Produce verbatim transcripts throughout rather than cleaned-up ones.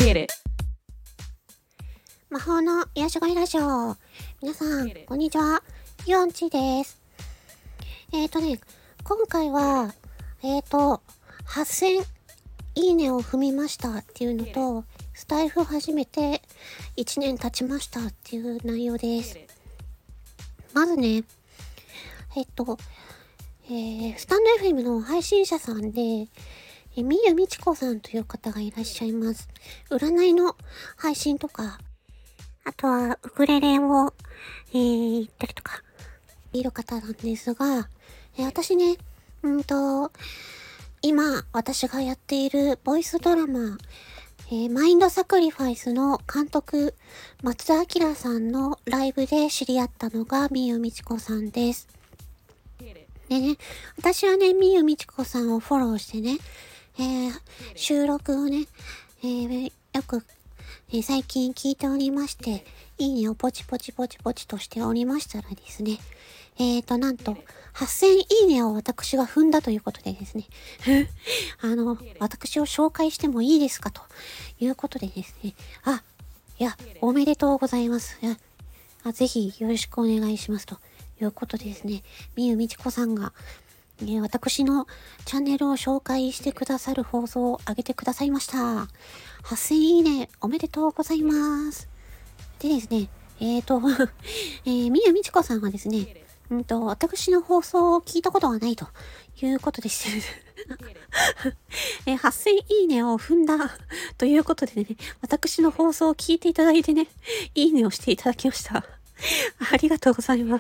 魔法の癒し声ラジオ。皆さん、こんにちは。ヨンチです。えーとね、今回は、えーと、はっせんいいねを踏みましたっていうのと、スタイフ始めていちねん経ちましたっていう内容です。まずね、えっと、えー、スタンド エフエム の配信者さんで、えみゆみちこさんという方がいらっしゃいます。占いの配信とか、あとはウクレレを、えー、言ったりとか、いる方なんですが、えー、私ね、うんと、今私がやっているボイスドラマ、えー、マインドサクリファイスの監督、松田明さんのライブで知り合ったのがみゆみちこさんです。でね、私はね、みゆみちこさんをフォローしてね、えー、収録をね、えー、よく、えー、最近聞いておりまして、いいねをポチポチポチポチとしておりましたらですね、えーと、なんと、はっせんいいねを私が踏んだということでですね、あの、私を紹介してもいいですかということでですね、あ、いや、おめでとうございます。いやあぜひよろしくお願いしますということでですね、みゆみちこさんが、えー、私のチャンネルを紹介してくださる放送を上げてくださいました。はっせんいいねおめでとうございます。でですね、えーと、えー、みゆみちこさんはですね、うんと、私の放送を聞いたことはないということでして、えー、はっせんいいねを踏んだということでね、私の放送を聞いていただいてね、いいねをしていただきました。ありがとうございます。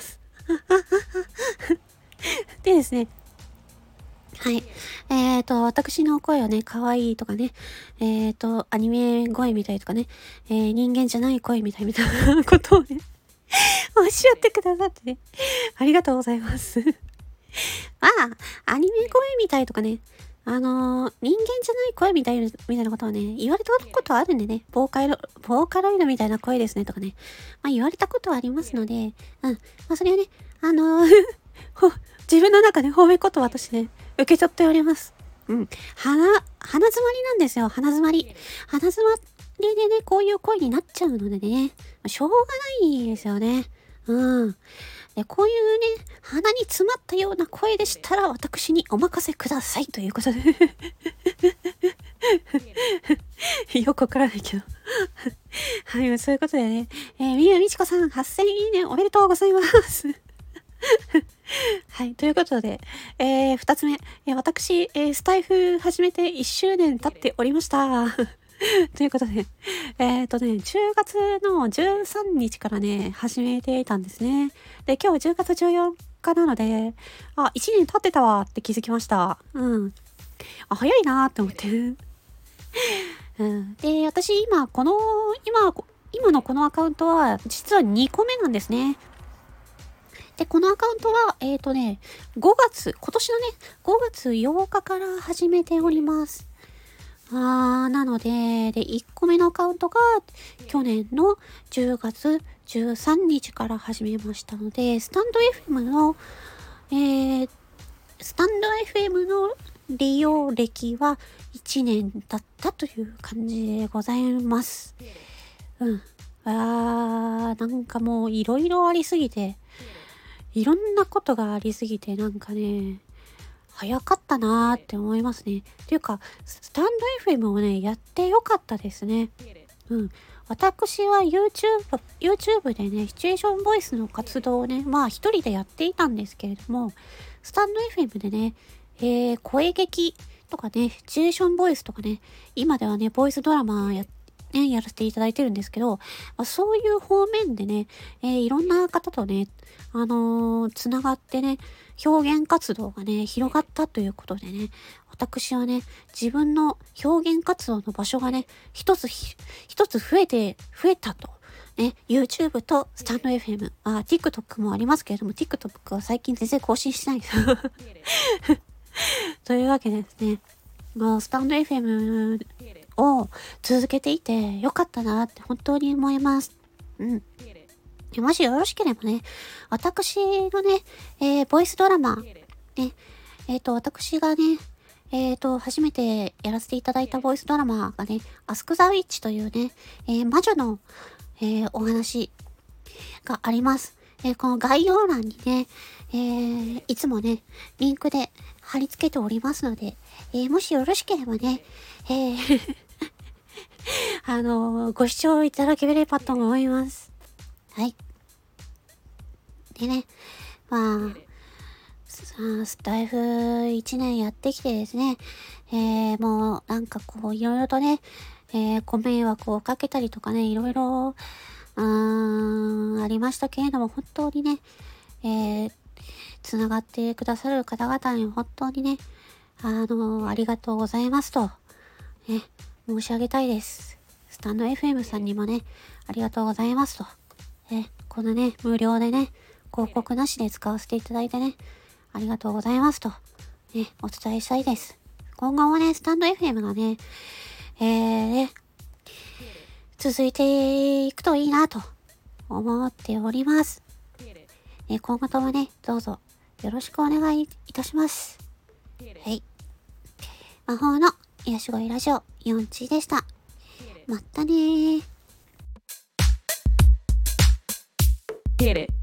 でですね、はい。えっと、私の声はね、可愛いとかね、えっと、アニメ声みたいとかね、えー、人間じゃない声みたいみたいなことをね、おっしゃってくださってね、ありがとうございます。まあ、アニメ声みたいとかね、あのー、人間じゃない声みたいみたいなことはね、言われたことはあるんでね、ボーカル、ボーカロイドみたいな声ですねとかね、まあ言われたことはありますので、うん、まあそれはね、あのー、自分の中で褒め言葉としてね、受け取っております。うん。鼻、鼻詰まりなんですよ、鼻詰まり。鼻詰まりでね、こういう声になっちゃうのでね、しょうがないですよね。うん。でこういうね、鼻に詰まったような声でしたら、私にお任せくださいということで。よくわからないけど。はい、そういうことでね。えー、みゆみちこさん、はっせんいいねおめでとうございます。はい、ということで、えー、二つ目、えー、私、えー、スタイフ始めていっしゅうねん経っておりました。ということで、えっ、ー、とね、じゅうがつのじゅうさんにちからね、始めていたんですね。で、今日じゅうがつじゅうよっかなので、あ、いちねん経ってたわって気づきました。うん。あ、早いなーって思って。うん。で、私今、この、今、今のこのアカウントは、実はにこめなんですね。で、このアカウントは、えっ、ー、とね、ごがつ、今年のね、ごがつようかから始めております。あー、なので、で、いっこめのアカウントが去年のじゅうがつじゅうさんにちから始めましたので、スタンド エフエム の、えー、スタンド エフエム の利用歴はいちねん経ったという感じでございます。うん。あー、なんかもういろいろありすぎて、いろんなことがありすぎて、なんかね、早かったなーって思いますね。っていうか、スタンド エフエム をね、やってよかったですね。うん。私は YouTube、YouTube でね、シチュエーションボイスの活動をね、まあ一人でやっていたんですけれども、スタンド エフエム でね、えー、声劇とかね、シチュエーションボイスとかね、今ではね、ボイスドラマやね、やらせていただいてるんですけど、まあ、そういう方面でね、えー、いろんな方とね、あのー、つながってね、表現活動がね、広がったということでね、私はね、自分の表現活動の場所がね、一つ、一つ増えて、増えたと。ね、YouTube とスタンド エフエム、あ、TikTok もありますけれども、TikTok は最近全然更新してないです。というわけでですね、まあ、スタンド エフエム を続けていてよかったなって本当に思います。うん。もしよろしければね、私のね、えー、ボイスドラマ、ね、えっ、ー、と、私がね、 えーと、初めてやらせていただいたボイスドラマがね、アスクザウィッチというね、えー、魔女の、えー、お話があります。えー、この概要欄にね、えー、いつもね、リンクで貼り付けておりますので、えー、もしよろしければね、えーあのー、ご視聴いただければと思います。はい。でね、まあ、さあ、スタイフいちねんやってきてですね、えー、もうなんかこういろいろとね、えー、ご迷惑をかけたりとかね、いろいろ、うーん、ありましたけれども、本当にね、えー、つながってくださる方々に本当にね、あのー、ありがとうございますと、ね、申し上げたいです。スタンド エフエム さんにもね、ありがとうございますと、え、このね、無料でね、広告なしで使わせていただいてね、ありがとうございますと、ね、お伝えしたいです。今後もね、スタンド エフエム がね、えー、ね、続いていくといいなと思っております。え今後ともね、どうぞよろしくお願いいたします。はい。魔法の癒し声ラジオよんちでした。まったねー。